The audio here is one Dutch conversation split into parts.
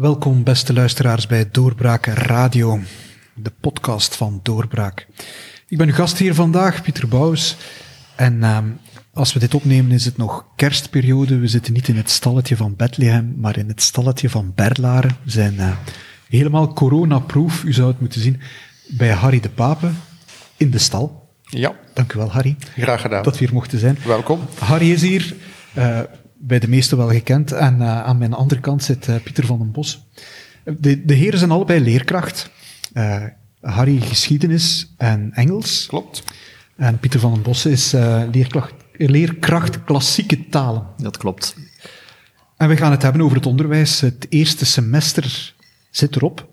Welkom beste luisteraars bij Doorbraak Radio, de podcast van Doorbraak. Ik ben uw gast hier vandaag, Pieter Bouwens. En als we dit opnemen is het nog kerstperiode. We zitten niet in het stalletje van Bethlehem, maar in het stalletje van Berlaren. We zijn helemaal coronaproof, u zou het moeten zien, bij Harry de Pape in de stal. Ja. Dank u wel, Harry. Graag gedaan. Dat we hier mochten zijn. Welkom. Harry is hier, bij de meesten wel gekend. En aan mijn andere kant zit Pieter van den Bos. De heren zijn allebei leerkracht. Harry geschiedenis en Engels. Klopt. En Pieter van den Bos is leerkracht klassieke talen. Dat klopt. En we gaan het hebben over het onderwijs. Het eerste semester zit erop.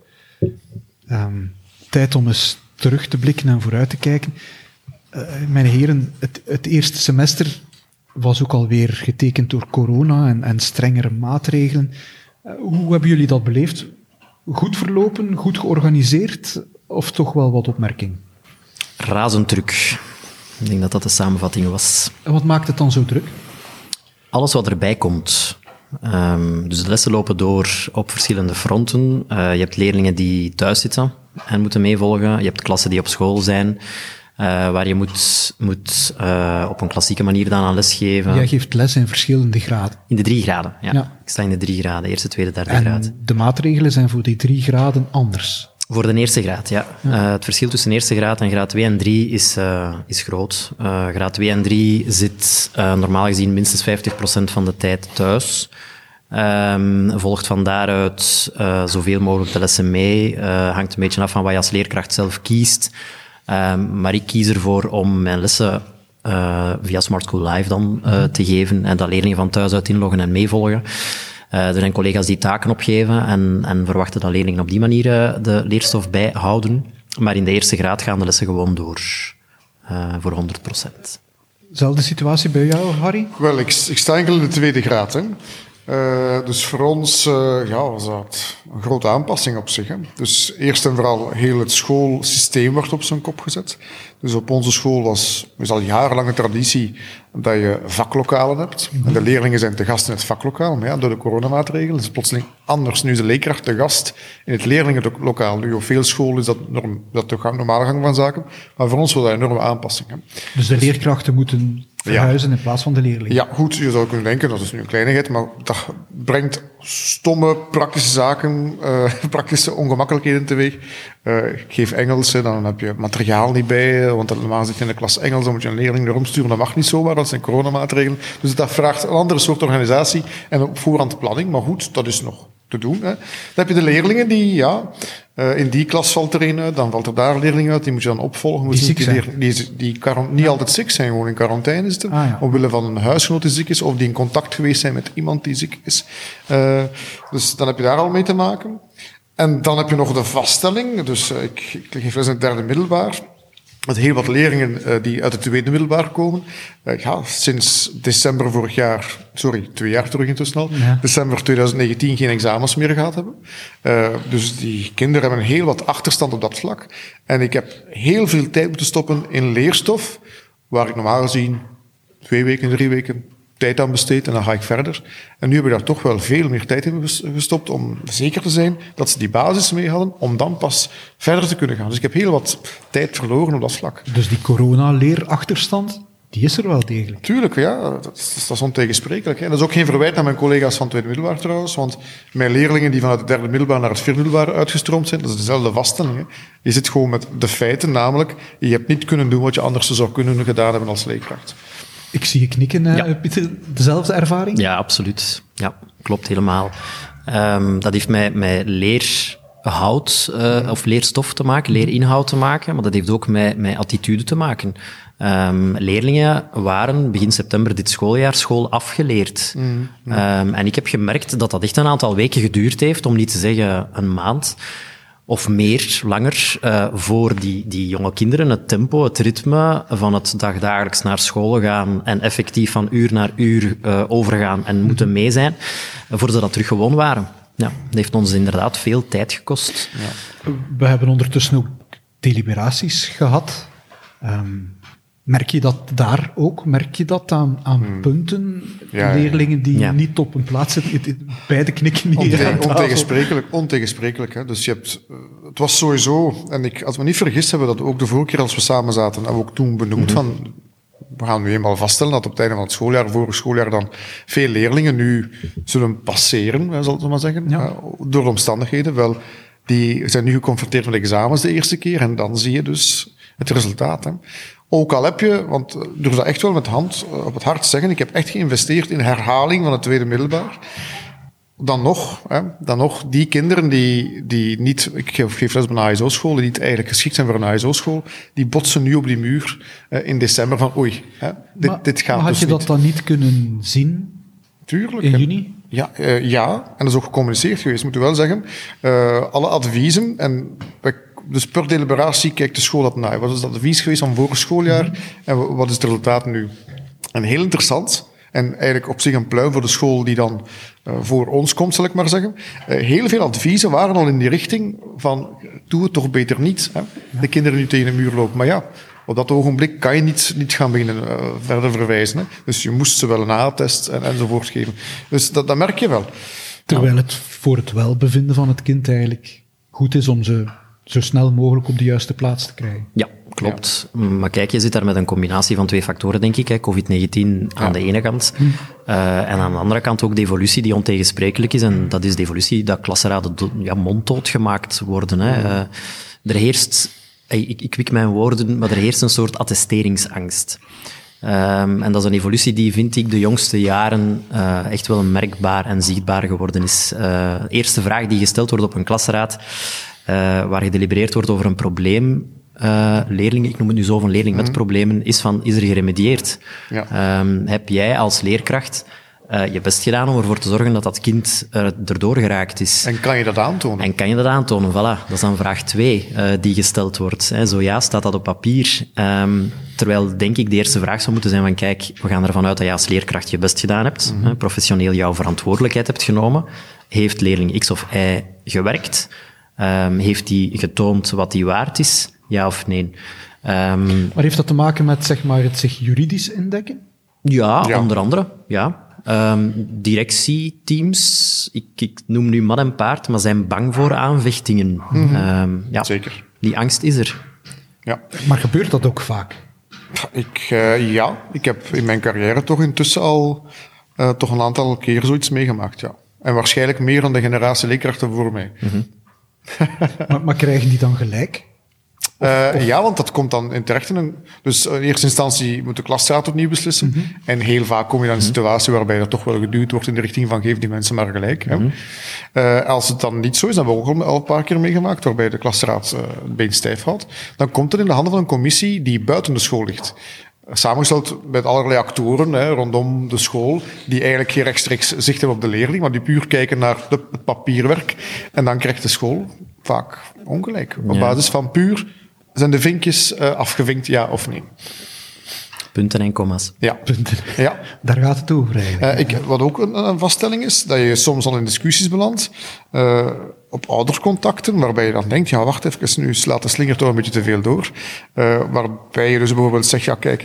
Tijd om eens terug te blikken en vooruit te kijken. Mijn heren, het eerste semester was ook alweer getekend door corona en strengere maatregelen. Hoe hebben jullie dat beleefd? Goed verlopen, goed georganiseerd of toch wel wat opmerking? Razend druk. Ik denk dat dat de samenvatting was. En wat maakt het dan zo druk? Alles wat erbij komt. Dus de lessen lopen door op verschillende fronten. Je hebt leerlingen die thuis zitten en moeten meevolgen. Je hebt klassen die op school zijn, waar je moet op een klassieke manier dan aan les geven. Jij geeft les in verschillende graden. In de 3 graden, ja. Ik sta in de 3 graden, eerste, tweede, derde graad. En de maatregelen zijn voor die 3 graden anders? Voor de eerste graad, ja. Het verschil tussen eerste graad en graad 2 en 3 is groot. Graad 2 en 3 zit normaal gezien minstens 50% van de tijd thuis. Volgt van daaruit zoveel mogelijk de lessen mee. Hangt een beetje af van wat je als leerkracht zelf kiest. Maar ik kies ervoor om mijn lessen via Smart School Live dan te geven en dat leerlingen van thuis uit inloggen en meevolgen. Er zijn collega's die taken opgeven en verwachten dat leerlingen op die manier de leerstof bijhouden. Maar in de eerste graad gaan de lessen gewoon door voor 100%. Zelfde situatie bij jou, Harry? Wel, ik sta enkel in de tweede graad. Hè. Dus voor ons was dat een grote aanpassing op zich. Hè. Dus eerst en vooral heel het schoolsysteem wordt op zijn kop gezet. Dus op onze school is al jarenlange traditie dat je vaklokalen hebt. En de leerlingen zijn te gast in het vaklokaal. Maar ja, door de coronamaatregelen is het plotseling anders. Nu is de leerkracht te gast in het leerlingenlokaal. Nu op veel scholen is dat de normale gang van zaken. Maar voor ons was dat een enorme aanpassing. Hè. Dus de leerkrachten moeten verhuizen in plaats van de leerlingen? Ja, goed. Je zou kunnen denken, dat is nu een kleinigheid, maar dat brengt stomme praktische zaken, praktische ongemakkelijkheden teweeg. Ik geef Engels, dan heb je materiaal niet bij, want normaal zit je in de klas Engels, dan moet je een leerling erom sturen, dat mag niet zomaar, dat zijn coronamaatregelen. Dus dat vraagt een andere soort organisatie en op voorhand planning, maar goed, dat is nog te doen. Hè. Dan heb je de leerlingen die, in die klas valt er een uit, dan valt er daar een leerling uit, die moet je dan opvolgen. Die ziek zijn? Die niet altijd ziek zijn, gewoon in quarantaine zitten, omwille van een huisgenoot die ziek is, of die in contact geweest zijn met iemand die ziek is. Dus dan heb je daar al mee te maken. En dan heb je nog de vaststelling, dus ik geef les in het derde middelbaar, met heel wat leerlingen die uit het tweede middelbaar komen. Sinds december vorig jaar, 2 jaar terug intussen al, december 2019 geen examens meer gehad hebben. Dus die kinderen hebben heel wat achterstand op dat vlak. En ik heb heel veel tijd moeten stoppen in leerstof, waar ik normaal gezien 2 weken, 3 weken tijd aan besteed en dan ga ik verder. En nu heb ik daar toch wel veel meer tijd in gestopt om zeker te zijn dat ze die basis mee hadden, om dan pas verder te kunnen gaan. Dus ik heb heel wat tijd verloren op dat vlak. Dus die corona-leerachterstand, die is er wel degelijk? Tuurlijk, ja. Dat is ontegensprekelijk. Hè. Dat is ook geen verwijt aan mijn collega's van het tweede middelbaar trouwens, want mijn leerlingen die vanuit het derde middelbaar naar het vierde middelbaar uitgestroomd zijn, dat is dezelfde vaststelling. Hè. Je zit gewoon met de feiten, namelijk, je hebt niet kunnen doen wat je anders zou kunnen gedaan hebben als leerkracht. Ik zie je knikken, Pieter. Dezelfde ervaring? Ja, absoluut. Ja, klopt helemaal. Dat heeft met leerhoud of leerstof te maken, leerinhoud te maken, maar dat heeft ook met attitude te maken. Leerlingen waren begin september dit schooljaar school afgeleerd. En ik heb gemerkt dat echt een aantal weken geduurd heeft, om niet te zeggen een maand, of meer, langer, voor die jonge kinderen het tempo, het ritme van het dagdagelijks naar school gaan en effectief van uur naar uur overgaan en moeten mee zijn, voordat ze dat terug gewoon waren. Ja, dat heeft ons inderdaad veel tijd gekost. Ja. We hebben ondertussen ook deliberaties gehad. Merk je dat daar ook? Merk je dat aan punten? Ja, leerlingen die niet op een plaats zitten, beide knikken hier ontegensprekelijk. Hè? Dus het was sowieso, en als me niet vergis, hebben we dat ook de vorige keer als we samen zaten, hebben we ook toen benoemd van, we gaan nu eenmaal vaststellen dat op het einde van het schooljaar, vorig schooljaar, dan veel leerlingen nu zullen passeren, zal ik maar zeggen, door de omstandigheden. Wel, die zijn nu geconfronteerd met examens de eerste keer en dan zie je dus het resultaat. Hè. Ook al heb je, want ik durf dat echt wel met hand op het hart zeggen, ik heb echt geïnvesteerd in herhaling van het tweede middelbaar. Dan nog die kinderen die niet, ik geef les bij een ASO-school, die niet eigenlijk geschikt zijn voor een ASO-school, die botsen nu op die muur in december van oei, dit gaat maar had dus je niet. Dat dan niet kunnen zien? Tuurlijk. In juni? Ja, en dat is ook gecommuniceerd geweest, moet ik wel zeggen. Alle adviezen, en dus per deliberatie kijkt de school dat naar. Wat is dat advies geweest van vorig schooljaar en wat is het resultaat nu? En heel interessant, en eigenlijk op zich een pluim voor de school die dan voor ons komt, zal ik maar zeggen. Heel veel adviezen waren al in die richting van, doe het toch beter niet. Hè? De kinderen nu tegen de muur lopen. Maar ja, op dat ogenblik kan je niet gaan beginnen verder verwijzen. Hè? Dus je moest ze wel een A-test enzovoort geven. Dus dat merk je wel. Terwijl het voor het welbevinden van het kind eigenlijk goed is om ze zo snel mogelijk op de juiste plaats te krijgen. Ja, klopt. Ja. Maar kijk, je zit daar met een combinatie van 2 factoren, denk ik. Hè. COVID-19 aan de ene kant. En aan de andere kant ook de evolutie die ontegensprekelijk is. En dat is de evolutie dat klassenraden monddood gemaakt worden. Hè. Er heerst, ik wik mijn woorden, maar er heerst een soort attesteringsangst. En dat is een evolutie die, vind ik, de jongste jaren echt wel merkbaar en zichtbaar geworden is. De eerste vraag die gesteld wordt op een klasraad, waar gedelibereerd wordt over een probleem, leerlingen, ik noem het nu zo, of een leerling met problemen, is er geremedieerd? Ja. Heb jij als leerkracht je best gedaan om ervoor te zorgen dat dat kind erdoor geraakt is? En kan je dat aantonen? Voilà. Dat is dan vraag 2 die gesteld wordt. Zo ja, staat dat op papier? Terwijl, denk ik, de eerste vraag zou moeten zijn van, kijk, we gaan ervan uit dat je als leerkracht je best gedaan hebt, professioneel jouw verantwoordelijkheid hebt genomen. Heeft leerling X of Y gewerkt? Heeft hij getoond wat hij waard is? Ja of nee? Maar heeft dat te maken met, zeg maar, het zich juridisch indekken? Ja, onder andere, ja. Directieteams, ik noem nu man en paard, maar zijn bang voor aanvechtingen. Ja, zeker. Die angst is er. Ja. Maar gebeurt dat ook vaak? Ik heb in mijn carrière toch intussen al toch een aantal keer zoiets meegemaakt, ja. En waarschijnlijk meer dan de generatie leerkrachten voor mij. Maar krijgen die dan gelijk? Ja, want dat komt dan in terecht Dus in eerste instantie moet de klasraad opnieuw beslissen. En heel vaak kom je dan in een situatie waarbij er toch wel geduwd wordt in de richting van geef die mensen maar gelijk. Als het dan niet zo is, dat hebben we ook al een paar keer meegemaakt, waarbij de klasraad het been stijf houdt, dan komt het in de handen van een commissie die buiten de school ligt. Samengesteld met allerlei actoren rondom de school, die eigenlijk geen rechtstreeks zicht hebben op de leerling, maar die puur kijken naar het papierwerk. En dan krijgt de school vaak ongelijk. Op basis van puur, zijn de vinkjes afgevinkt, ja of nee? Punten en commas. Ja. Punten. Ja. Daar gaat het over eigenlijk. Wat ook een vaststelling is, dat je soms al in discussies belandt, op oudercontacten, waarbij je dan denkt, ja, wacht even, nu slaat de slinger toch een beetje te veel door. Waarbij je dus bijvoorbeeld zegt, ja, kijk,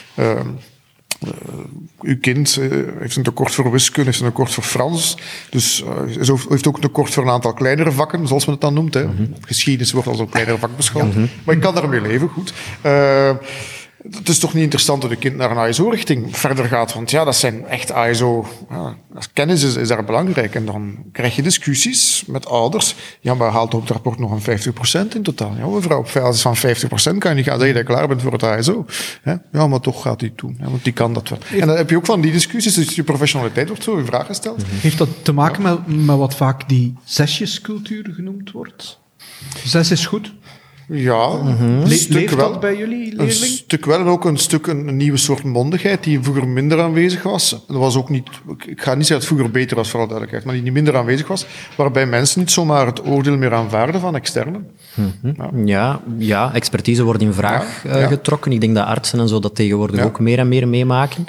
uw kind heeft een tekort voor wiskunde, heeft een tekort voor Frans, dus heeft ook een tekort voor een aantal kleinere vakken, zoals men het dan noemt. Geschiedenis wordt als een kleinere vak beschouwd, maar je kan daarmee leven, goed. Het is toch niet interessant dat een kind naar een ASO-richting verder gaat, want ja, dat zijn echt ASO... kennis is daar belangrijk. En dan krijg je discussies met ouders. Ja, maar haalt op het rapport nog een 50% in totaal? Ja, mevrouw, op basis van 50% kan je niet gaan zeggen dat je klaar bent voor het ASO. Ja, maar toch gaat hij het doen, want die kan dat wel. En dan heb je ook van die discussies, dus je professionaliteit wordt zo in vraag gesteld. Heeft dat te maken met wat vaak die zesjescultuur genoemd wordt? 6 is goed? Ja, een stuk leeft wel. Dat bij jullie leerling? Een stuk wel, en ook een nieuwe soort mondigheid die vroeger minder aanwezig was. Dat was ook niet, ik ga niet zeggen dat het vroeger beter was, voor alle duidelijkheid, maar die niet minder aanwezig was, waarbij mensen niet zomaar het oordeel meer aanvaarden van externen. Ja, expertise wordt in vraag getrokken. Ik denk dat artsen en zo dat tegenwoordig ook meer en meer meemaken.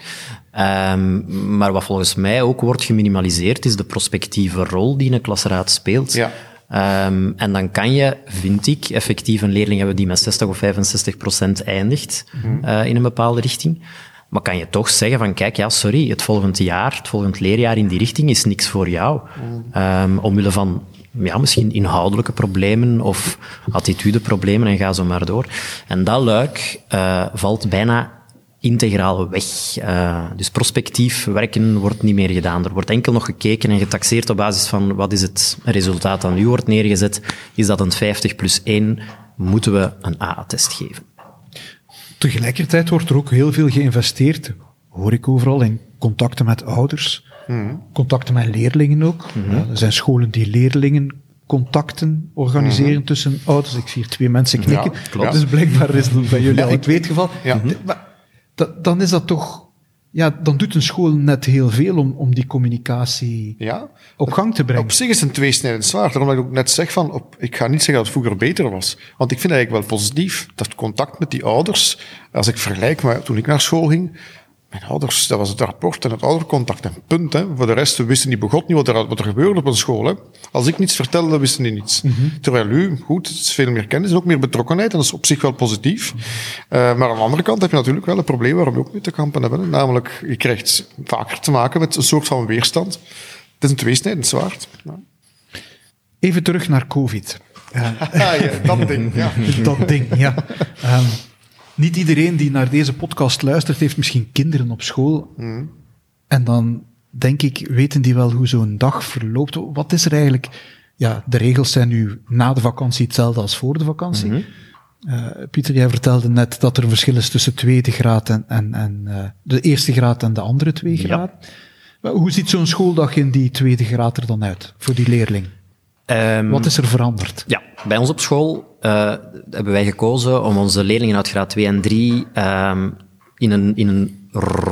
Maar wat volgens mij ook wordt geminimaliseerd, is de prospectieve rol die een klasraad speelt. Ja. En dan kan je, vind ik, effectief een leerling hebben die met 60 of 65% eindigt in een bepaalde richting. Maar kan je toch zeggen van, kijk, ja, sorry, het volgend leerjaar in die richting is niks voor jou. Omwille van misschien inhoudelijke problemen of attitudeproblemen en ga zo maar door. En dat luik valt bijna integraal weg. Dus prospectief werken wordt niet meer gedaan. Er wordt enkel nog gekeken en getaxeerd op basis van wat is het resultaat dat nu wordt neergezet. Is dat een 50+1, moeten we een AA-test geven. Tegelijkertijd wordt er ook heel veel geïnvesteerd, hoor ik overal, in contacten met ouders, contacten met leerlingen ook. Er zijn scholen die leerlingencontacten organiseren tussen ouders. Ik zie hier 2 mensen knikken. Ja, klopt. Dus blijkbaar is het bij jullie al het geval. Ja. Maar dan is dat toch... Ja, dan doet een school net heel veel om die communicatie op gang te brengen. Op zich is het een tweesnijdend zwaard. Daarom dat ik ook net zeg van, ik ga niet zeggen dat het vroeger beter was. Want ik vind eigenlijk wel positief dat contact met die ouders, als ik vergelijk met toen ik naar school ging, mijn ouders, dat was het rapport en het oudercontact en punt. Hè. Voor de rest, we wisten niet begot niet wat er gebeurde op een school. Hè. Als ik niets vertelde, wisten die niets. Terwijl u, goed, het is veel meer kennis en ook meer betrokkenheid. En dat is op zich wel positief. Maar aan de andere kant heb je natuurlijk wel een probleem waar we ook mee te kampen hebben. Hè. Namelijk, je krijgt vaker te maken met een soort van weerstand. Het is een tweesnijdend zwaard. Ja. Even terug naar COVID. Dat ding, ja. Dat ding, ja. Niet iedereen die naar deze podcast luistert, heeft misschien kinderen op school. En dan, denk ik, weten die wel hoe zo'n dag verloopt. Wat is er eigenlijk... Ja, de regels zijn nu na de vakantie hetzelfde als voor de vakantie. Pieter, jij vertelde net dat er een verschil is tussen tweede graad en de eerste graad en de andere 2 graden. Ja. Hoe ziet zo'n schooldag in die tweede graad er dan uit, voor die leerling? Wat is er veranderd? Ja, bij ons op school hebben wij gekozen om onze leerlingen uit graad 2 en 3 in een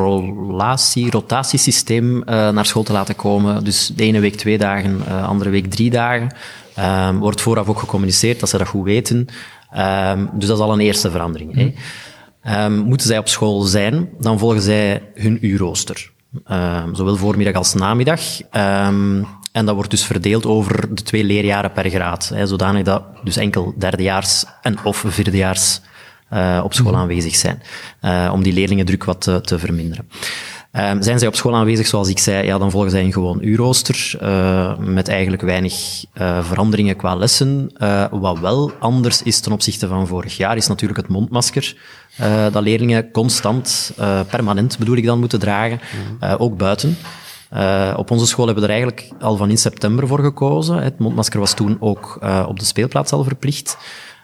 rotatiesysteem naar school te laten komen. Dus de ene week 2 dagen, de andere week 3 dagen. Wordt vooraf ook gecommuniceerd, dat ze dat goed weten. Dus dat is al een eerste verandering. Moeten zij op school zijn, dan volgen zij hun uurrooster. Zowel voormiddag als namiddag. En dat wordt dus verdeeld over de 2 leerjaren per graad. Zodanig dat dus enkel derdejaars en of vierdejaars op school aanwezig zijn. Om die leerlingendruk wat te verminderen. Zijn zij op school aanwezig, zoals ik zei, dan volgen zij een gewoon uurrooster. Met eigenlijk weinig veranderingen qua lessen. Wat wel anders is ten opzichte van vorig jaar, is natuurlijk het mondmasker. Dat leerlingen constant, permanent bedoel ik dan, moeten dragen. Ook buiten. Op onze school hebben we er eigenlijk al van in september voor gekozen. Het mondmasker was toen ook op de speelplaats al verplicht.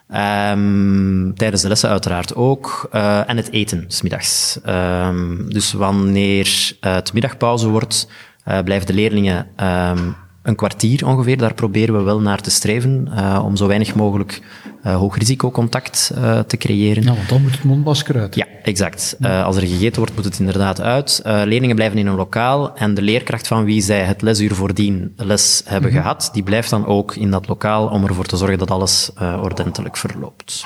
Tijdens de lessen uiteraard ook. En het eten, 's middags. Dus wanneer het middagpauze wordt, blijven de leerlingen een kwartier ongeveer. Daar proberen we wel naar te streven, om zo weinig mogelijk hoogrisicocontact te creëren. Ja, want dan moet het mondmasker uit. Ja, exact. Als er gegeten wordt, moet het inderdaad uit. Leerlingen blijven in een lokaal en de leerkracht van wie zij het lesuur voordien les hebben gehad, die blijft dan ook in dat lokaal om ervoor te zorgen dat alles ordentelijk verloopt.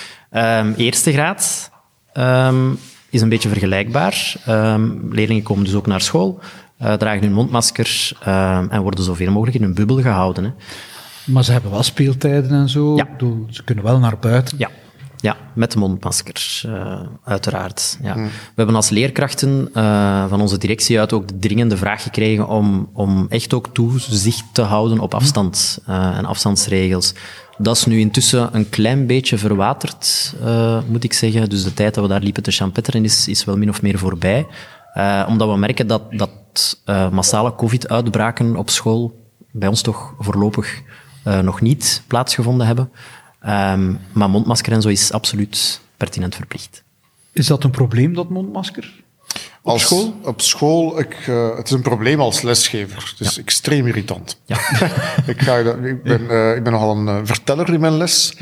Eerste graad is een beetje vergelijkbaar. Leerlingen komen dus ook naar school, dragen hun mondmasker en worden zoveel mogelijk in een bubbel gehouden. Hè. Maar ze hebben wel speeltijden en zo. Ja. Ik bedoel, ze kunnen wel naar buiten. Ja, met de mondmasker, uiteraard. Ja. We hebben als leerkrachten van onze directie uit ook de dringende vraag gekregen om echt ook toezicht te houden op afstand en afstandsregels. Dat is nu intussen een klein beetje verwaterd, moet ik zeggen. Dus de tijd dat we daar liepen te champetteren is wel min of meer voorbij. Omdat we merken dat massale COVID-uitbraken op school bij ons toch voorlopig nog niet plaatsgevonden hebben. Maar mondmasker en zo is absoluut pertinent verplicht. Is dat een probleem, dat mondmasker? Op school? Op school, het is een probleem als lesgever. Het is extreem irritant. Ja. Ik ben nogal een verteller in mijn les.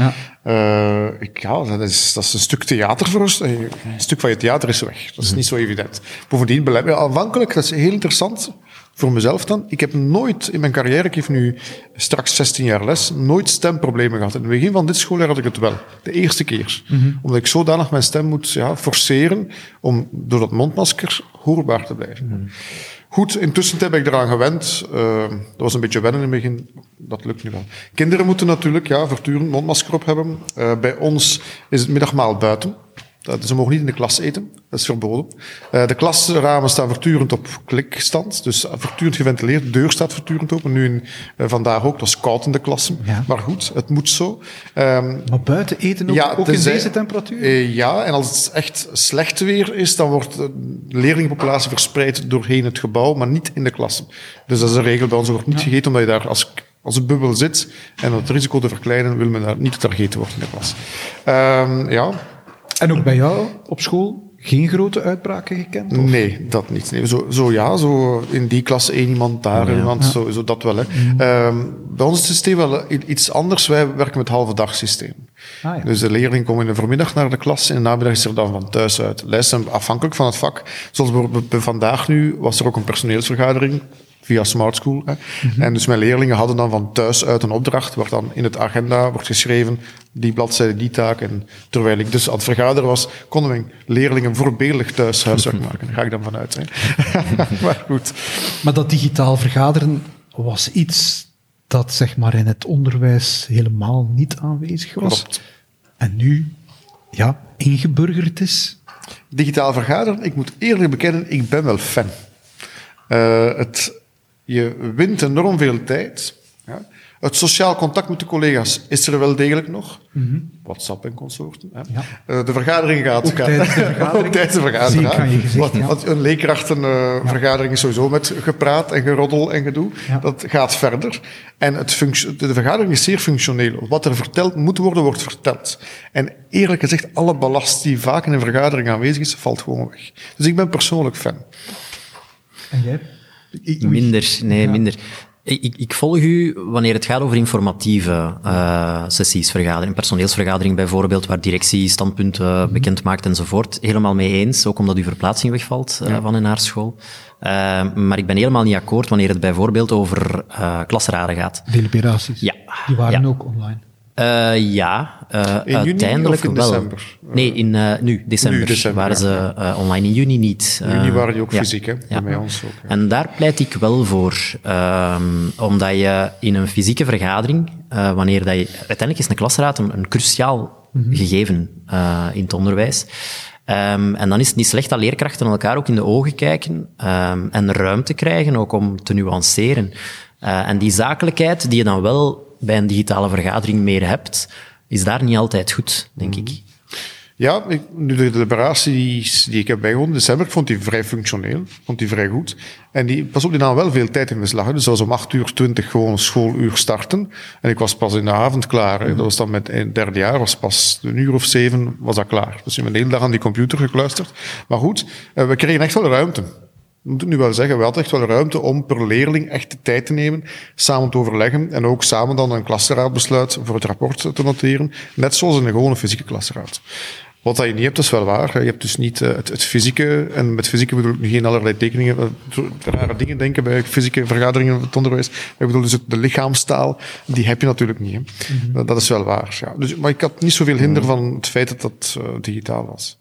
Ja. Dat is een stuk theater voor ons. Een stuk van je theater is weg. Dat is niet zo evident. Bovendien, aanvankelijk, dat is heel interessant voor mezelf dan. Ik heb nooit in mijn carrière, ik geef nu straks 16 jaar les, nooit stemproblemen gehad. In het begin van dit schooljaar had ik het wel. De eerste keer. Omdat ik zodanig mijn stem moet forceren om door dat mondmasker hoorbaar te blijven. Goed, intussen heb ik eraan gewend. Dat was een beetje wennen in het begin. Dat lukt nu wel. Kinderen moeten natuurlijk voortdurend mondmasker op hebben. Bij ons is het middagmaal buiten. Ze mogen niet in de klas eten. Dat is verboden. De klasramen staan voortdurend op klikstand. Dus voortdurend geventileerd. De deur staat voortdurend open. Nu vandaag ook. Het was koud in de klassen. Ja. Maar goed, het moet zo. Maar buiten eten ook in deze temperatuur? Ja, en als het echt slecht weer is, dan wordt de leerlingenpopulatie verspreid doorheen het gebouw, maar niet in de klassen. Dus dat is een regel bij ons. Er wordt niet gegeten omdat je daar als een bubbel zit. En om het risico te verkleinen, wil men daar niet dat er gegeten wordt in de klas. En ook bij jou op school geen grote uitbraken gekend? Of? Nee, dat niet. Nee, zo in die klas 1 iemand, daar iemand, zo dat wel. Hè. Bij ons is het systeem wel iets anders. Wij werken met halve dagsysteem. Dus de leerlingen komen in de voormiddag naar de klas en in de namiddag is er dan van thuis uit les. En afhankelijk van het vak. Zoals bijvoorbeeld vandaag nu was er ook een personeelsvergadering via Smart School. Hè. En dus mijn leerlingen hadden dan van thuis uit een opdracht, waar dan in het agenda wordt geschreven, die bladzijde, die taak. En terwijl ik dus aan het vergaderen was, konden mijn leerlingen voorbeeldig thuis huiswerk maken. Daar ga ik dan vanuit. Hè. Maar goed. Maar dat digitaal vergaderen was iets dat zeg maar in het onderwijs helemaal niet aanwezig was. Klopt. En nu, ingeburgerd is. Digitaal vergaderen, ik moet eerlijk bekennen, ik ben wel fan. Je wint enorm veel tijd. Ja. Het sociaal contact met de collega's is er wel degelijk nog. WhatsApp en consorten. Hè. Ja. De vergadering gaat... Ook tijdens de vergadering. Ook tijdens de vergadering. Want een leerkrachtenvergadering is sowieso met gepraat en geroddel en gedoe. Ja. Dat gaat verder. En de vergadering is zeer functioneel. Wat er verteld moet worden, wordt verteld. En eerlijk gezegd, alle ballast die vaak in een vergadering aanwezig is, valt gewoon weg. Dus ik ben persoonlijk fan. En jij? Minder. Ik volg u wanneer het gaat over informatieve sessies, vergadering, personeelsvergadering bijvoorbeeld, waar directie standpunten bekend maakt enzovoort. Helemaal mee eens, ook omdat uw verplaatsing wegvalt van en naar school. Maar ik ben helemaal niet akkoord wanneer het bijvoorbeeld over klasraden gaat. Deliberaties? Ja. Die waren ook online? In uiteindelijk juni of in wel. december? Nee, in december waren ze online, in juni niet. In juni waren die ook fysiek, hè? Bij ons ook. Ja. En daar pleit ik wel voor, omdat je in een fysieke vergadering, wanneer dat je... Uiteindelijk is een klasraad een cruciaal gegeven in het onderwijs. En dan is het niet slecht dat leerkrachten elkaar ook in de ogen kijken en ruimte krijgen ook om te nuanceren. En die zakelijkheid die je dan wel bij een digitale vergadering meer hebt, is daar niet altijd goed, denk ik. Ja, de deliberaties die ik heb bijgewoond in december, ik vond die vrij functioneel, vond die vrij goed. En die nam wel veel tijd in beslag. Dus dat was om 8:20 gewoon een schooluur starten. En ik was pas in de avond klaar. Dat was dan in het derde jaar, was pas 7:00 was dat klaar. Dus ik ben de hele dag aan die computer gekluisterd. Maar goed, we kregen echt wel ruimte. Ik moet het nu wel zeggen, we hadden echt wel ruimte om per leerling echt de tijd te nemen, samen te overleggen en ook samen dan een klasraadbesluit voor het rapport te noteren, net zoals in een gewone fysieke klasraad. Wat dat je niet hebt, is wel waar. Je hebt dus niet het fysieke, en met fysieke bedoel ik nu geen allerlei tekeningen, rare dingen denken bij fysieke vergaderingen van het onderwijs. Ik bedoel dus de lichaamstaal, die heb je natuurlijk niet. Hè. Dat is wel waar. Ja. Dus, maar ik had niet zoveel hinder van het feit dat dat digitaal was.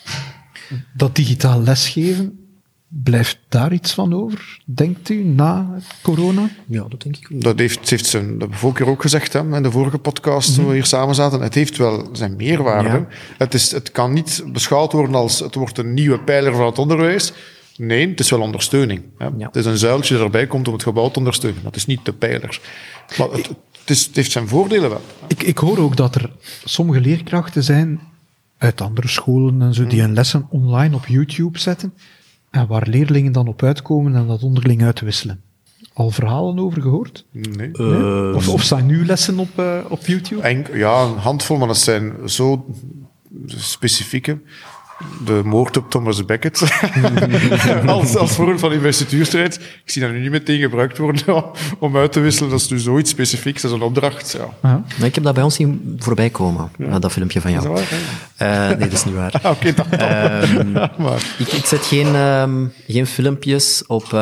Dat digitaal lesgeven, blijft daar iets van over, denkt u, na corona? Ja, dat denk ik wel. Dat heeft zijn, dat heb ik vorige keer ook gezegd, hè, in de vorige podcast, toen we hier samen zaten. Het heeft wel zijn meerwaarde. Ja. Het kan niet beschouwd worden als, het wordt een nieuwe pijler van het onderwijs. Nee, het is wel ondersteuning. Hè. Ja. Het is een zuiltje dat erbij komt om het gebouw te ondersteunen. Dat is niet de pijler. Maar het heeft zijn voordelen wel. Ik hoor ook dat er sommige leerkrachten zijn, uit andere scholen en zo, die hun lessen online op YouTube zetten. En waar leerlingen dan op uitkomen en dat onderling uitwisselen. Al verhalen over gehoord? Nee. Of staan nu lessen op YouTube? Een handvol, maar dat zijn zo specifieke. De moord op Thomas Becket. als voorbeeld van investituurstrijd. Ik zie dat nu niet meteen gebruikt worden om uit te wisselen. Dat is dus zoiets specifieks, dat is een opdracht. Ja. Nee, ik heb dat bij ons zien voorbij komen, dat filmpje van jou. Is dat waar? Nee, dat is niet waar. Oké, dat dan. Ik zet geen filmpjes op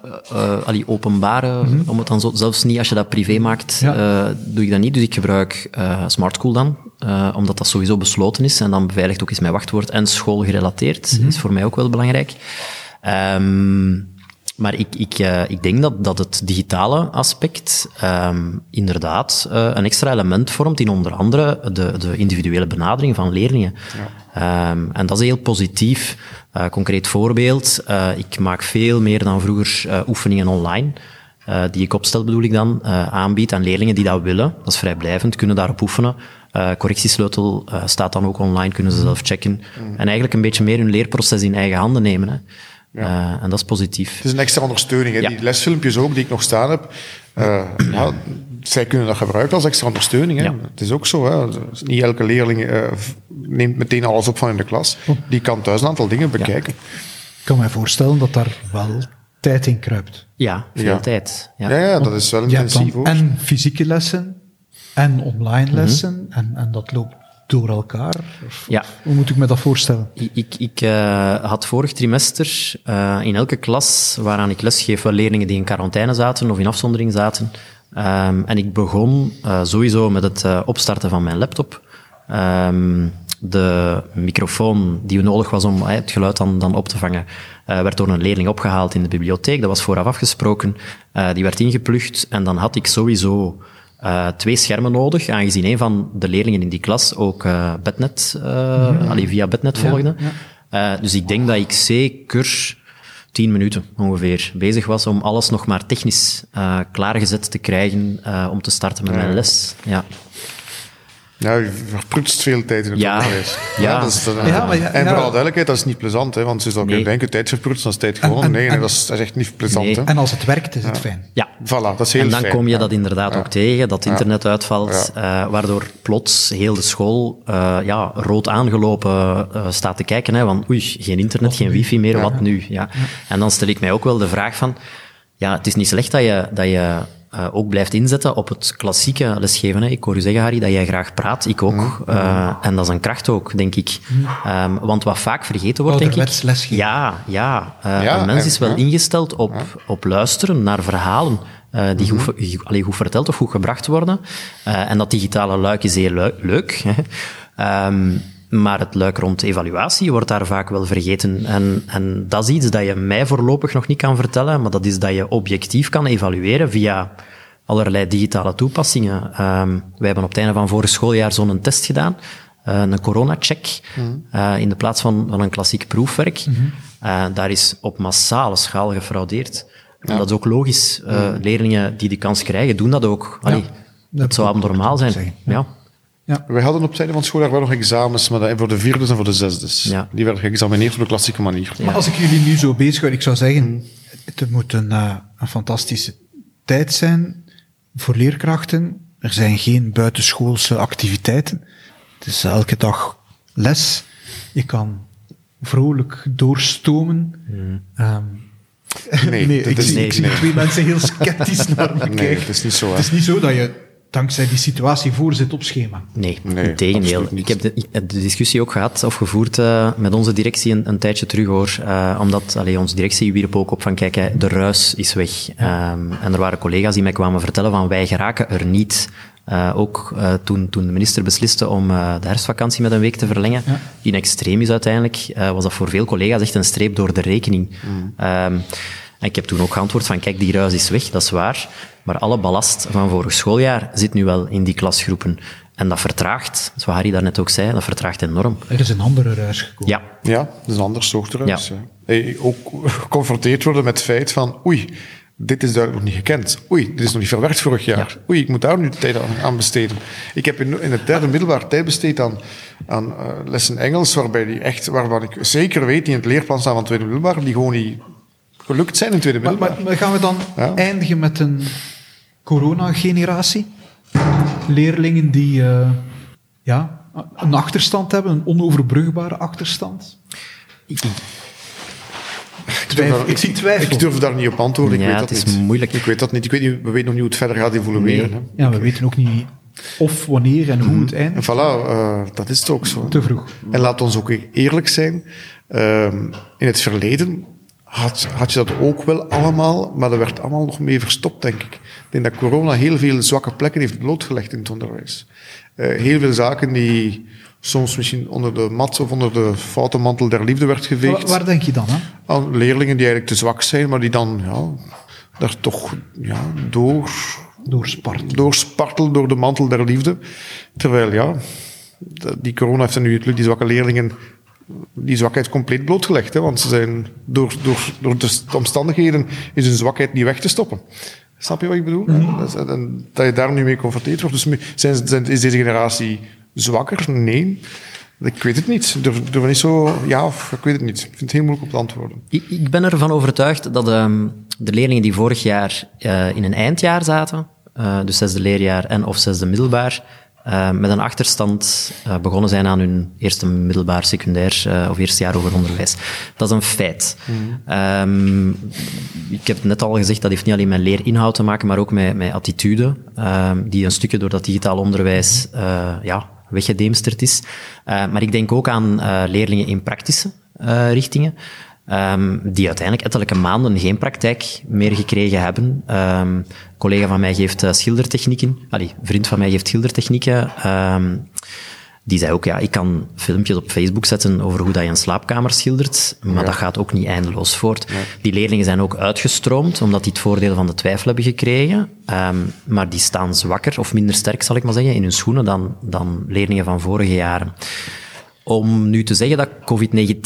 openbare, om het dan zo, zelfs niet als je dat privé maakt, doe ik dat niet. Dus ik gebruik Smart School dan, omdat dat sowieso besloten is en dan beveiligt ook eens mijn wachtwoord en schoolgerelateerd. Is voor mij ook wel belangrijk. Maar ik denk dat het digitale aspect inderdaad een extra element vormt in onder andere de individuele benadering van leerlingen. Ja. En dat is heel positief. Concreet voorbeeld, ik maak veel meer dan vroeger oefeningen online. Die ik opstel, bedoel ik dan, aanbied aan leerlingen die dat willen. Dat is vrijblijvend, kunnen daarop oefenen. Correctiesleutel staat dan ook online, kunnen ze zelf checken. En eigenlijk een beetje meer hun leerproces in eigen handen nemen. Hè. Ja. En dat is positief. Het is een extra ondersteuning. Hè. Ja. Die lesfilmpjes ook, die ik nog staan heb, zij kunnen dat gebruiken als extra ondersteuning. Hè. Ja. Het is ook zo. Hè. Niet elke leerling neemt meteen alles op van in de klas. Die kan thuis een aantal dingen bekijken. Ja. Ik kan mij voorstellen dat daar wel tijd in kruipt. Ja, veel tijd. Ja, dat is wel intensief ook. En fysieke lessen en online lessen en dat loopt door elkaar? Hoe moet ik me dat voorstellen? Ik had vorig trimester in elke klas waaraan ik lesgeef wel leerlingen die in quarantaine zaten of in afzondering zaten. En ik begon sowieso met het opstarten van mijn laptop. De microfoon die nodig was om het geluid dan op te vangen, werd door een leerling opgehaald in de bibliotheek. Dat was vooraf afgesproken. Die werd ingeplucht en dan had ik sowieso 2 schermen nodig, aangezien een van de leerlingen in die klas ook Bednet, via Bednet volgde. Ja. Dus ik denk dat ik zeker 10 minuten ongeveer bezig was om alles nog maar technisch klaargezet te krijgen om te starten met mijn les. Ja. Ja, je verprutst veel tijd in het onderwijs. En vooral duidelijkheid, dat is niet plezant, hè, want ze zou kunnen denken, tijd verprutsen, dat is tijd gewonnen. Dat is echt niet plezant. Nee. Hè. En als het werkt, is het fijn. Ja. Voilà, dat is heel fijn. En dan kom je dat inderdaad ook tegen, dat internet uitvalt, waardoor plots heel de school rood aangelopen staat te kijken, hè, van geen internet, geen wifi meer, wat nu? Ja. En dan stel ik mij ook wel de vraag van, het is niet slecht dat je ook blijft inzetten op het klassieke lesgeven. Hè. Ik hoor u zeggen, Harry, dat jij graag praat. Ik ook. En dat is een kracht ook, denk ik. Want wat vaak vergeten wordt, denk ik... lesgeven. Een mens is wel ingesteld op luisteren naar verhalen die goed verteld of goed gebracht worden. En dat digitale luik is heel leuk. Maar het luik rond evaluatie wordt daar vaak wel vergeten. En dat is iets dat je mij voorlopig nog niet kan vertellen, maar dat is dat je objectief kan evalueren via allerlei digitale toepassingen. Wij hebben op het einde van vorig schooljaar zo'n test gedaan, een corona-check, in de plaats van een klassiek proefwerk. Daar is op massale schaal gefraudeerd. En dat is ook logisch. Leerlingen die de kans krijgen, doen dat ook. Dat zou abnormaal zijn. Ja. Ja. Wij hadden op het einde van het schooljaar wel nog examens, maar voor de 4e en voor de 6e. Ja. Die werden geëxamineerd op de klassieke manier. Maar als ik jullie nu zo bezig houd, ik zou zeggen, het moet een fantastische tijd zijn voor leerkrachten. Er zijn geen buitenschoolse activiteiten. Het is elke dag les. Je kan vrolijk doorstomen. Ik zie 2 mensen heel sceptisch naar me kijken. Nee, het is niet zo. Het is niet zo dat je dankzij die situatie voor zit op schema. Nee, integendeel. Ik heb de discussie ook gehad of gevoerd met onze directie een tijdje terug, hoor. Omdat onze directie wierp ook op van, kijk, de ruis is weg. En er waren collega's die mij kwamen vertellen van, wij geraken er niet. Toen de minister besliste om de herfstvakantie met een week te verlengen, in extremis uiteindelijk, was dat voor veel collega's echt een streep door de rekening. En ik heb toen ook geantwoord van, kijk, die ruis is weg, dat is waar. Maar alle ballast van vorig schooljaar zit nu wel in die klasgroepen. En dat vertraagt, zoals Harry daarnet ook zei, dat vertraagt enorm. Er is een andere ruis gekomen. Ja, dat is een ander soort ruis. Ja. Ook geconfronteerd worden met het feit van, dit is duidelijk nog niet gekend. Dit is nog niet verwerkt vorig jaar. Ik moet daar nu de tijd aan besteden. Ik heb in het 3e middelbaar tijd besteed aan lessen Engels, waarvan ik zeker weet, die in het leerplan staan van het 2e middelbaar, die gewoon niet gelukt zijn in het 2e middelbaar. Maar gaan we dan eindigen met een corona-generatie? Leerlingen die een achterstand hebben, een onoverbrugbare achterstand? Ik zie twijfel. Ik durf daar niet op antwoorden. Ik weet dat het is moeilijk. Ik weet dat niet. We weten nog niet hoe het verder gaat evolueren. Nee. Ja, we weten ook niet of, wanneer en hoe het eindigt. Voilà, dat is het ook zo. Te vroeg. En laat ons ook eerlijk zijn. In het verleden had je dat ook wel allemaal, maar dat werd allemaal nog mee verstopt, denk ik. Ik denk dat corona heel veel zwakke plekken heeft blootgelegd in het onderwijs. Heel veel zaken die soms misschien onder de mat of onder de foute mantel der liefde werd geveegd. Waar denk je dan aan? aan leerlingen die eigenlijk te zwak zijn, maar die dan daar toch doorspartelen door de mantel der liefde. Terwijl, die corona heeft nu die zwakke leerlingen die zwakheid compleet blootgelegd. Hè, want ze zijn door de omstandigheden is hun zwakheid niet weg te stoppen. Snap je wat ik bedoel? En dat je daar nu mee confronteerd wordt. Dus is deze generatie zwakker? Nee. Ik weet het niet. Ik durf niet zo... Ja, of ik weet het niet. Ik vind het heel moeilijk op te antwoorden. Ik ben ervan overtuigd dat de leerlingen die vorig jaar in een eindjaar zaten, dus 6e leerjaar en of 6e middelbaar, met een achterstand begonnen zijn aan hun eerste middelbaar, secundair of eerste jaar hoger onderwijs. Dat is een feit. Ik heb het net al gezegd, dat heeft niet alleen met leerinhoud te maken, maar ook met attitude, die een stukje door dat digitaal onderwijs weggedemsterd is. Maar ik denk ook aan leerlingen in praktische richtingen, die uiteindelijk ettelijke maanden geen praktijk meer gekregen hebben. Een collega van mij geeft schildertechnieken. Een vriend van mij geeft schildertechnieken. Die zei ook, ik kan filmpjes op Facebook zetten over hoe dat je een slaapkamer schildert, maar dat gaat ook niet eindeloos voort. Nee. Die leerlingen zijn ook uitgestroomd, omdat die het voordeel van de twijfel hebben gekregen. Maar die staan zwakker, of minder sterk, zal ik maar zeggen, in hun schoenen dan leerlingen van vorige jaren. Om nu te zeggen dat COVID-19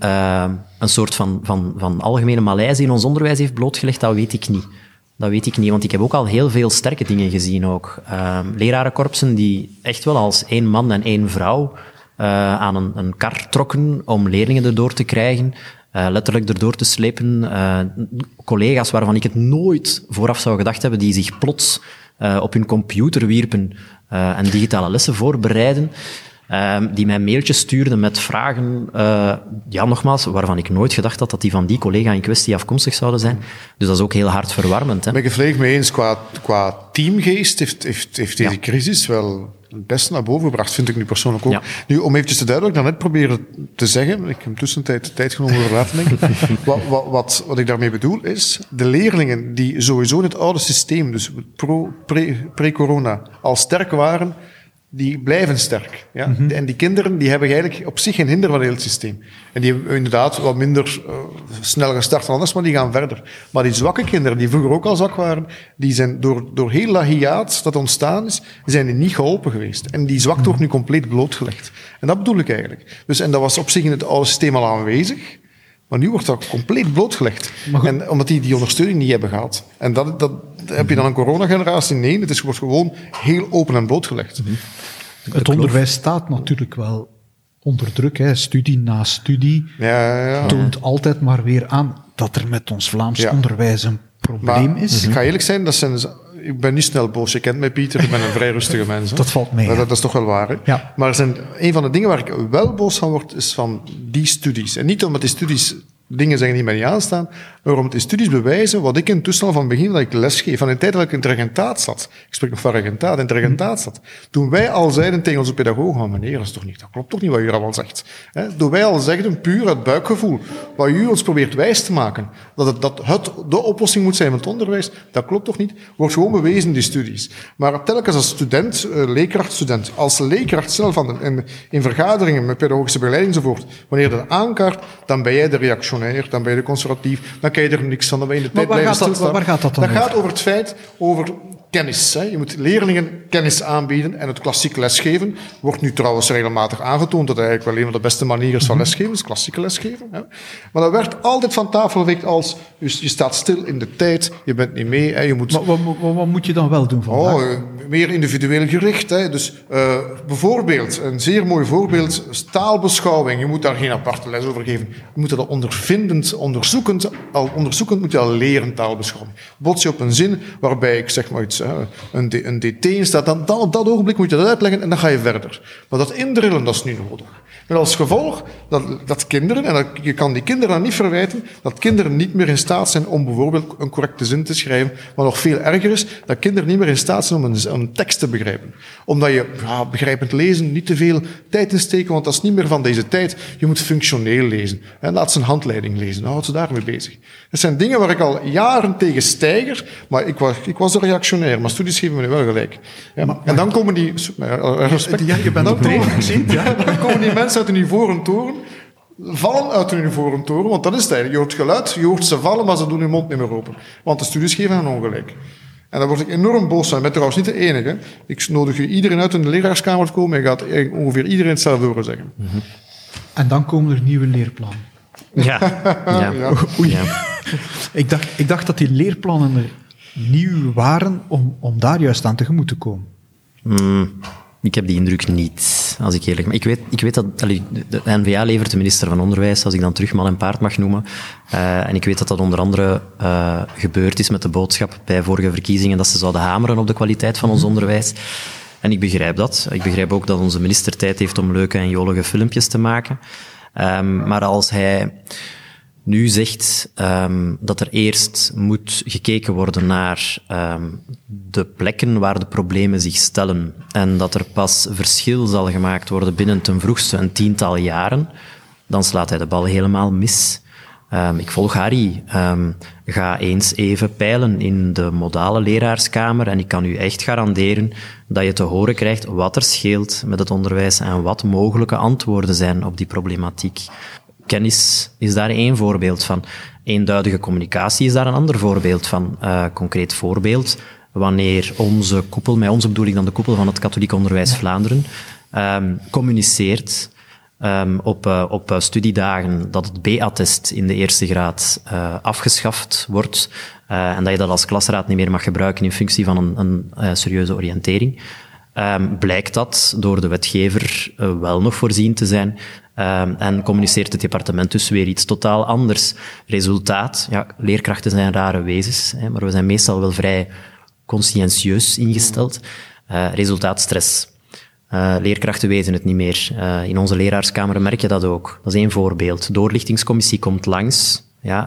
een soort van algemene malaise in ons onderwijs heeft blootgelegd, dat weet ik niet. Dat weet ik niet, want ik heb ook al heel veel sterke dingen gezien ook. Lerarenkorpsen die echt wel als 1 man en 1 vrouw aan een kar trokken om leerlingen erdoor te krijgen, letterlijk erdoor te slepen. Collega's waarvan ik het nooit vooraf zou gedacht hebben, die zich plots op hun computer wierpen en digitale lessen voorbereiden. Die mij mailtjes stuurden met vragen, nogmaals, waarvan ik nooit gedacht had dat die van die collega in kwestie afkomstig zouden zijn. Dus dat is ook heel hartverwarmend. Hè. Ben ik volledig mee eens. Qua teamgeest heeft deze crisis wel het beste naar boven gebracht, vind ik nu persoonlijk ook. Ja. Nu, om eventjes te duiden, wat ik daarnet probeerde te zeggen, ik heb tussentijd de tijd genomen over laten denken. Wat ik daarmee bedoel is, de leerlingen die sowieso in het oude systeem, dus pre-corona, al sterk waren, die blijven sterk. Ja? Mm-hmm. En die kinderen die hebben eigenlijk op zich geen hinder van heel het systeem. En die hebben inderdaad wat minder snel gestart dan anders, maar die gaan verder. Maar die zwakke kinderen, die vroeger ook al zwak waren, die zijn door heel dat hiaat dat ontstaan is, zijn die niet geholpen geweest. En die zwakte wordt nu compleet blootgelegd. En dat bedoel ik eigenlijk. Dus, en dat was op zich in het oude systeem al aanwezig, maar nu wordt dat compleet blootgelegd. En omdat die ondersteuning niet hebben gehad. En dat heb je dan een coronageneratie? Nee, het wordt gewoon heel open en blootgelegd. Mm-hmm. Het onderwijs staat natuurlijk wel onder druk. Hè. Studie na studie toont altijd maar weer aan dat er met ons Vlaams onderwijs een probleem is. Ik ga eerlijk zijn, ik ben niet snel boos. Je kent mij, Pieter, ik ben een vrij rustige mens. Hè. Dat valt mee. Dat is toch wel waar. Hè? Ja. Maar een van de dingen waar ik wel boos van word, is van die studies. En niet omdat die studies dingen zeggen die mij niet aanstaan, maar omdat die studies bewijzen wat ik in toestel van het begin dat ik lesgeef, van de tijd dat ik in het regentaat zat. Ik spreek nog van regentaat, in het regentaat zat. Toen wij al zeiden tegen onze pedagoog, meneer, dat klopt toch niet wat u allemaal zegt. Toen wij al zegden, puur het buikgevoel, wat u ons probeert wijs te maken, dat het de oplossing moet zijn van het onderwijs, dat klopt toch niet, wordt gewoon bewezen in die studies. Maar telkens als student, leerkrachtstudent, als leerkracht zelf in vergaderingen met pedagogische begeleiding enzovoort, wanneer dat aankaart, dan ben jij de reactionair, dan ben je de conservatief, dan kan je er niks van, dan ben je in de tijd blijven stilstaan. Waar gaat dat dan over? Dat gaat over het feit, over kennis. Hè. Je moet leerlingen kennis aanbieden en het klassiek lesgeven wordt nu trouwens regelmatig aangetoond dat eigenlijk wel een van de beste manieren is van lesgeven, is klassieke lesgeven. Hè. Maar dat werd altijd van tafel geveegd als je staat stil in de tijd, je bent niet mee. Hè, je moet... Wat moet je dan wel doen vandaag? Meer individueel gericht. Hè. Dus bijvoorbeeld, een zeer mooi voorbeeld, taalbeschouwing. Je moet daar geen aparte les over geven. Je moet dat ondervindend, onderzoekend moet je al leren taalbeschouwing. Bots je op een zin waarbij ik zeg maar iets, een dt in staat, dan op dat ogenblik moet je dat uitleggen en dan ga je verder. Maar dat indrillen, dat is nu nodig. Met als gevolg dat kinderen, en je kan die kinderen dan niet verwijten, dat kinderen niet meer in staat zijn om bijvoorbeeld een correcte zin te schrijven, maar nog veel erger is, dat kinderen niet meer in staat zijn om een tekst te begrijpen. Omdat je begrijpend lezen niet te veel tijd in steken, want dat is niet meer van deze tijd. Je moet functioneel lezen. En laat ze een handleiding lezen. Houd ze daarmee bezig. Dat zijn dingen waar ik al jaren tegen steiger, maar ik was een reactionair, maar studies geven me nu wel gelijk. Ja, en dan komen die... Respect. Ja, je bent ook tegen. Dan komen die mensen uit de Ivoren Toren vallen uit hun uniformtoren, want dat is het eigenlijk. Je hoort geluid, je hoort ze vallen, maar ze doen hun mond niet meer open. Want de studies geven hen ongelijk. En daar word ik enorm boos van. Ik ben trouwens niet de enige. Ik nodig u iedereen uit in de leraarskamer te komen en gaat ongeveer iedereen hetzelfde horen zeggen. Mm-hmm. En dan komen er nieuwe leerplannen. Ja. Oei. Ja. Ik dacht dat die leerplannen er nieuw waren om daar juist aan tegemoet te komen. Ik heb die indruk niet, als ik eerlijk ben. Ik weet dat de N-VA levert de minister van Onderwijs, als ik dan terug mal en paard mag noemen. En ik weet dat dat onder andere gebeurd is met de boodschap bij vorige verkiezingen dat ze zouden hameren op de kwaliteit van ons onderwijs. En ik begrijp dat. Ik begrijp ook dat onze minister tijd heeft om leuke en jolige filmpjes te maken. Maar als hij nu zegt dat er eerst moet gekeken worden naar de plekken waar de problemen zich stellen en dat er pas verschil zal gemaakt worden binnen ten vroegste een 10-tal jaren, dan slaat hij de bal helemaal mis. Ik volg Harry. Ga eens even peilen in de modale leraarskamer en ik kan u echt garanderen dat je te horen krijgt wat er scheelt met het onderwijs en wat mogelijke antwoorden zijn op die problematiek. Kennis is daar één voorbeeld van. Eenduidige communicatie is daar een ander voorbeeld van. Concreet voorbeeld, wanneer onze koepel, met onze bedoel ik dan de koepel van het Katholiek Onderwijs Vlaanderen, communiceert op studiedagen dat het B-attest in de eerste graad afgeschaft wordt en dat je dat als klasraad niet meer mag gebruiken in functie van een serieuze oriëntering. Blijkt dat door de wetgever wel nog voorzien te zijn en communiceert het departement dus weer iets totaal anders. Resultaat, ja, leerkrachten zijn rare wezens, maar we zijn meestal wel vrij conscientieus ingesteld. Resultaat stress. Leerkrachten weten het niet meer. In onze leraarskamer merk je dat ook. Dat is één voorbeeld. De doorlichtingscommissie komt langs,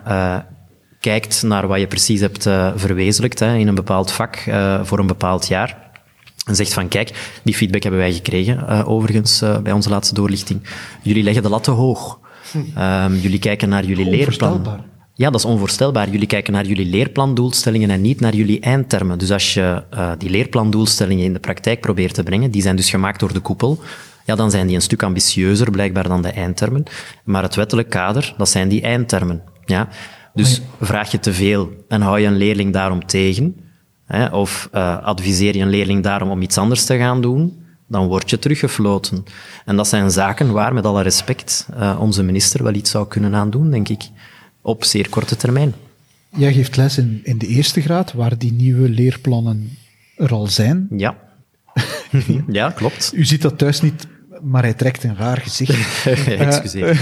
kijkt naar wat je precies hebt verwezenlijkt in een bepaald vak voor een bepaald jaar. En zegt van, kijk, die feedback hebben wij gekregen, overigens, bij onze laatste doorlichting. Jullie leggen de lat te hoog. Jullie kijken naar jullie leerplan. Ja, dat is onvoorstelbaar. Jullie kijken naar jullie leerplandoelstellingen en niet naar jullie eindtermen. Dus als je die leerplandoelstellingen in de praktijk probeert te brengen, die zijn dus gemaakt door de koepel, ja, dan zijn die een stuk ambitieuzer blijkbaar dan de eindtermen. Maar het wettelijk kader, dat zijn die eindtermen. Ja? Dus vraag je te veel en hou je een leerling daarom tegen, of adviseer je een leerling daarom om iets anders te gaan doen, dan word je teruggefloten. En dat zijn zaken waar, met alle respect, onze minister wel iets zou kunnen aan doen, denk ik. Op zeer korte termijn. Jij geeft les in de eerste graad, waar die nieuwe leerplannen er al zijn. Ja. Ja, klopt. U ziet dat thuis niet, maar hij trekt een raar gezicht. Excuseer.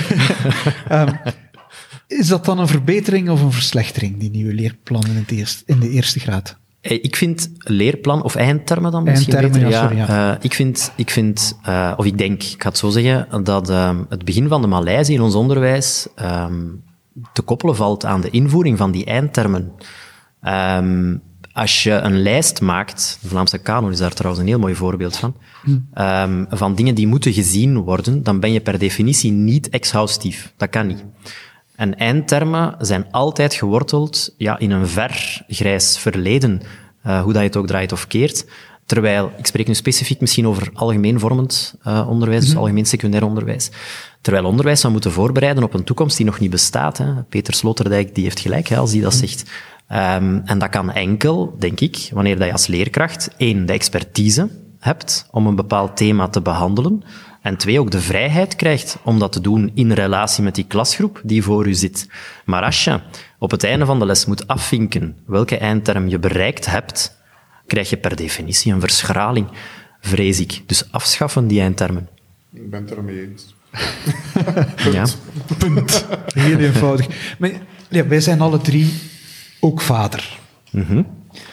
Is dat dan een verbetering of een verslechtering, die nieuwe leerplannen in de eerste graad? Ik vind leerplan, of eindtermen dan misschien eindtermen, beter. Sorry, ja. Ik denk, ik ga het zo zeggen, dat het begin van de malaise in ons onderwijs te koppelen valt aan de invoering van die eindtermen. Als je een lijst maakt, de Vlaamse kanon is daar trouwens een heel mooi voorbeeld van dingen die moeten gezien worden, dan ben je per definitie niet exhaustief. Dat kan niet. En eindtermen zijn altijd geworteld in een ver grijs verleden, hoe dat je het ook draait of keert. Terwijl, ik spreek nu specifiek misschien over algemeen vormend onderwijs, dus algemeen secundair onderwijs. Terwijl onderwijs zou moeten voorbereiden op een toekomst die nog niet bestaat. Hè. Peter Sloterdijk die heeft gelijk als hij dat zegt. En dat kan enkel, denk ik, wanneer dat je als leerkracht 1, de expertise hebt om een bepaald thema te behandelen, en 2, ook de vrijheid krijgt om dat te doen in relatie met die klasgroep die voor u zit. Maar als je op het einde van de les moet afvinken welke eindterm je bereikt hebt, krijg je per definitie een verschraling, vrees ik. Dus afschaffen die eindtermen. Ik ben het ermee eens. Ja. Punt. Heel eenvoudig. Maar, ja, wij zijn alle 3 ook vader. Mm-hmm.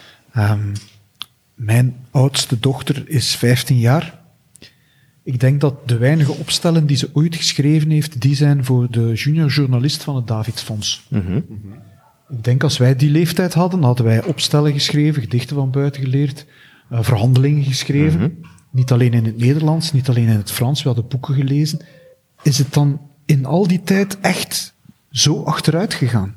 Mijn oudste dochter is 15 jaar. Ik denk dat de weinige opstellen die ze ooit geschreven heeft, die zijn voor de junior journalist van het Davidsfonds. Mm-hmm. Ik denk als wij die leeftijd hadden wij opstellen geschreven, gedichten van buiten geleerd, verhandelingen geschreven. Mm-hmm. Niet alleen in het Nederlands, niet alleen in het Frans, we hadden boeken gelezen. Is het dan in al die tijd echt zo achteruit gegaan?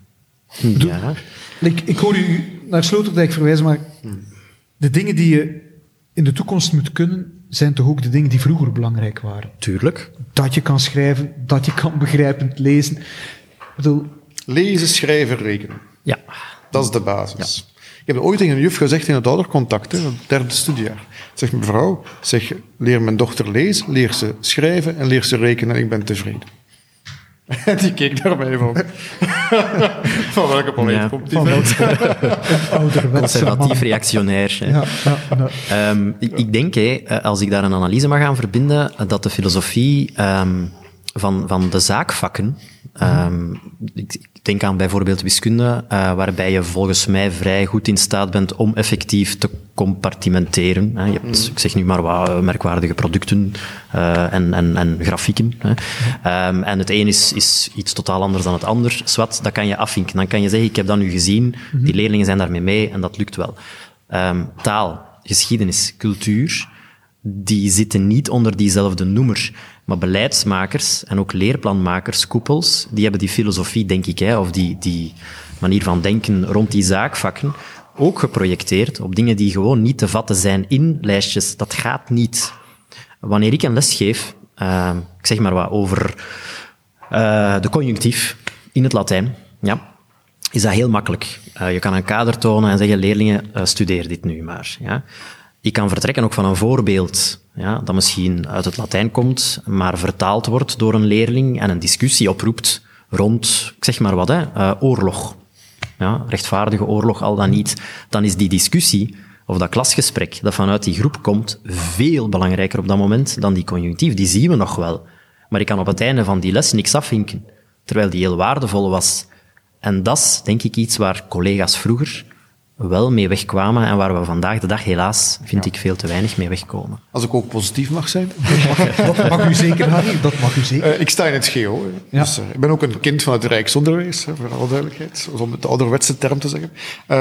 Ja. Ik hoor u naar Sloterdijk verwijzen, maar de dingen die je in de toekomst moet kunnen, zijn toch ook de dingen die vroeger belangrijk waren. Tuurlijk. Dat je kan schrijven, dat je kan begrijpend lezen. Ik bedoel... Lezen, schrijven, rekenen. Ja. Dat is de basis. Ja. Ik heb ooit tegen een juf gezegd in het oudercontact, het 3e studiejaar. Zeg, mevrouw, leer mijn dochter lezen, leer ze schrijven en leer ze rekenen en ik ben tevreden. En die keek naar mij van... van welke planeet komt die? Conservatief reactionair. Ik denk, als ik daar een analyse mag gaan verbinden, dat de filosofie van de zaakvakken... Ik denk aan bijvoorbeeld wiskunde, waarbij je volgens mij vrij goed in staat bent om effectief te compartimenteren. Je hebt, ik zeg nu maar wat, merkwaardige producten en grafieken. En het een is iets totaal anders dan het ander. Zwat, dat kan je afvinken. Dan kan je zeggen, ik heb dat nu gezien, die leerlingen zijn daarmee mee en dat lukt wel. Taal, geschiedenis, cultuur, die zitten niet onder diezelfde noemer. Maar beleidsmakers en ook leerplanmakers, koepels, die hebben die filosofie, denk ik, of die manier van denken rond die zaakvakken, ook geprojecteerd op dingen die gewoon niet te vatten zijn in lijstjes. Dat gaat niet. Wanneer ik een les geef, ik zeg maar wat over de conjunctief in het Latijn, is dat heel makkelijk. Je kan een kader tonen en zeggen, leerlingen, studeer dit nu maar. Ja. Ik kan vertrekken ook van een voorbeeld, dat misschien uit het Latijn komt, maar vertaald wordt door een leerling en een discussie oproept rond, ik zeg maar wat, oorlog. Ja, rechtvaardige oorlog, al dan niet. Dan is die discussie, of dat klasgesprek dat vanuit die groep komt, veel belangrijker op dat moment dan die conjunctief. Die zien we nog wel. Maar ik kan op het einde van die les niks afvinken, terwijl die heel waardevol was. En dat is, denk ik, iets waar collega's vroeger wel mee wegkwamen en waar we vandaag de dag helaas, vind ik, veel te weinig mee wegkomen. Als ik ook positief mag zijn. Dat mag u zeker, Harry. Dat mag u zeker. Ik sta in het GO. Ja. Dus, ik ben ook een kind van het Rijksonderwijs, voor alle duidelijkheid, om het de ouderwetse term te zeggen.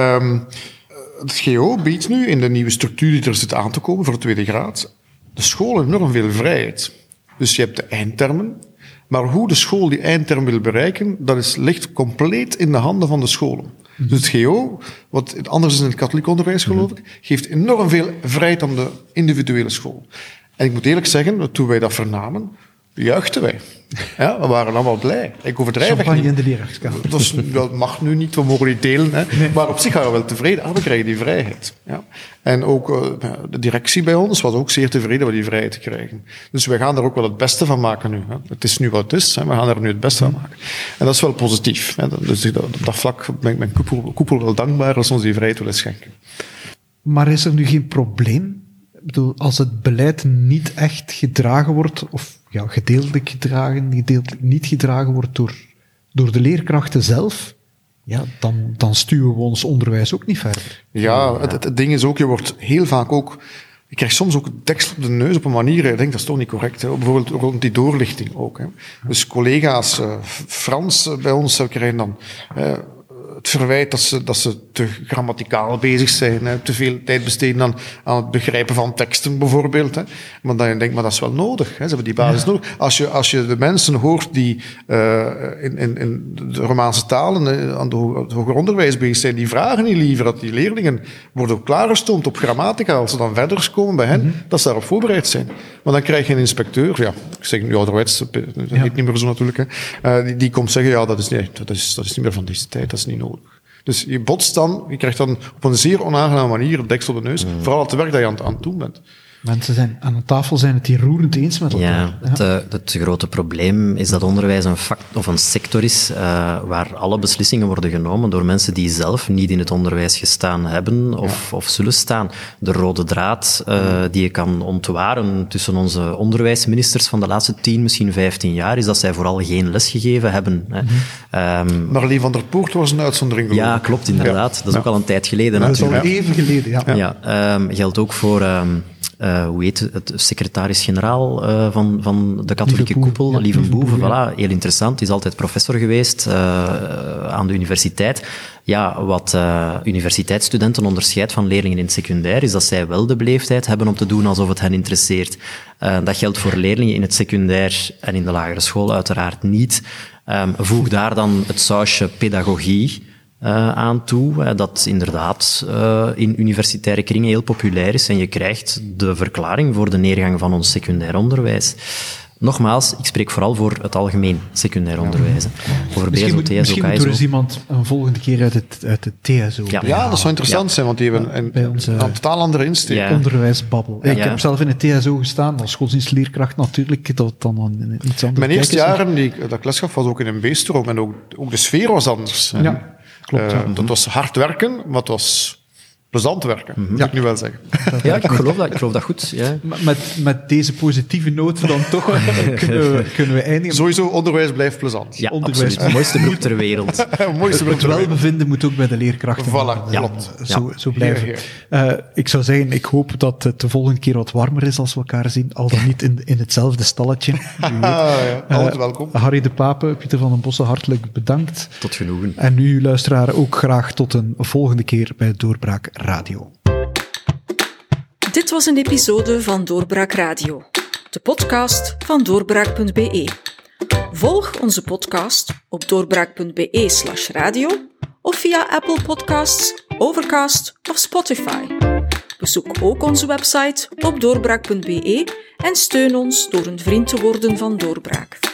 Het GO biedt nu, in de nieuwe structuur die er zit aan te komen voor de tweede graad, de school enorm veel vrijheid. Dus je hebt de eindtermen, maar hoe de school die eindterm wil bereiken, dat ligt compleet in de handen van de scholen. Dus het GO, wat anders is in het katholiek onderwijs, geloof ik, geeft enorm veel vrijheid aan de individuele school. En ik moet eerlijk zeggen, toen wij dat vernamen, juichten wij. Ja, we waren allemaal blij. Ik overdrijf echt niet. In de leraarskamer. Dat mag nu niet, we mogen niet delen. Nee. Maar op zich waren we wel tevreden. We krijgen die vrijheid. Ja. En ook de directie bij ons was ook zeer tevreden om die vrijheid te krijgen. Dus wij gaan er ook wel het beste van maken nu. Hè. Het is nu wat het is. Hè. We gaan er nu het beste van maken. En dat is wel positief. Hè. Dus op dat vlak ben ik mijn koepel wel dankbaar als ons die vrijheid willen schenken. Maar is er nu geen probleem? Ik bedoel, als het beleid niet echt gedragen wordt, of gedeeltelijk gedragen, gedeeltelijk niet gedragen wordt door de leerkrachten zelf, dan stuwen we ons onderwijs ook niet verder. Ja, het ding is ook, je wordt heel vaak ook... Je krijgt soms ook deksel op de neus op een manier, ik denk dat is toch niet correct. Hè. Bijvoorbeeld rond die doorlichting ook. Hè. Dus collega's Frans bij ons krijgen dan... het verwijt dat ze te grammaticaal bezig zijn, hè, te veel tijd besteden aan het begrijpen van teksten bijvoorbeeld. Hè. Maar dan denk je, maar dat is wel nodig. Hè. Ze hebben die basis nodig. Als je de mensen hoort die in de Romaanse talen aan het hoger onderwijs bezig zijn, die vragen niet liever dat die leerlingen worden ook klaargestoomd op grammatica als ze dan verder komen bij hen, dat ze daarop voorbereid zijn. Maar dan krijg je een inspecteur, ik zeg nu ouderwets, dat heet niet meer zo natuurlijk, hè, die komt zeggen, dat is niet meer van deze tijd, dat is niet nodig. Dus je botst dan, je krijgt dan op een zeer onaangename manier het deksel op de neus, vooral het werk dat je aan het doen bent. Mensen aan de tafel zijn het hier roerend eens met elkaar. Ja, het grote probleem is dat onderwijs een sector is waar alle beslissingen worden genomen door mensen die zelf niet in het onderwijs gestaan hebben of zullen staan. De rode draad die je kan ontwaren tussen onze onderwijsministers van de laatste 10, misschien 15 jaar, is dat zij vooral geen les gegeven hebben. Marleen van der Poort was een uitzondering. Ja, klopt, inderdaad. Ja. Dat is ook al een tijd geleden. Dat is al even geleden, geldt ook voor... hoe heet het, secretaris-generaal van de katholieke koepel, Lievenboeve, voilà, heel interessant, is altijd professor geweest aan de universiteit. Ja, wat universiteitsstudenten onderscheidt van leerlingen in het secundair, is dat zij wel de beleefdheid hebben om te doen alsof het hen interesseert. Dat geldt voor leerlingen in het secundair en in de lagere school uiteraard niet. Voeg daar dan het sausje pedagogie aan toe, dat inderdaad in universitaire kringen heel populair is en je krijgt de verklaring voor de neergang van ons secundair onderwijs. Nogmaals, ik spreek vooral voor het algemeen secundair onderwijs. Over BSO, TSO, KSO. Misschien moet er eens iemand een volgende keer uit het TSO. Ja, dat zou interessant zijn, want die hebben een totaal andere insteek. Ja. Onderwijsbabbel. Ik heb zelf in het TSO gestaan, als godsdienstleerkracht natuurlijk, dat dan iets anders. Mijn eerste jaren dat ik les gaf, was ook in een B-stroom en ook de sfeer was anders. Ja, klopt. Dat was hard werken, maar het was plezant werken, moet ik nu wel zeggen. Ja, ik geloof dat goed. Ja. Met deze positieve noten dan toch kunnen we eindigen. Sowieso, onderwijs blijft plezant. Ja, absoluut. Het mooiste beroep ter wereld. Het welbevinden moet ook bij de leerkrachten. Voilà, klopt. Zo blijven. Ik zou zeggen, ik hoop dat het de volgende keer wat warmer is als we elkaar zien, al dan niet in hetzelfde stalletje. Altijd welkom. Harry de Pape, Pieter van den Bossen, hartelijk bedankt. Tot genoegen. En u, luisteraar, ook graag tot een volgende keer bij Doorbraak Radio. Dit was een episode van Doorbraak Radio, de podcast van doorbraak.be. Volg onze podcast op doorbraak.be/radio of via Apple Podcasts, Overcast of Spotify. Bezoek ook onze website op doorbraak.be en steun ons door een vriend te worden van Doorbraak.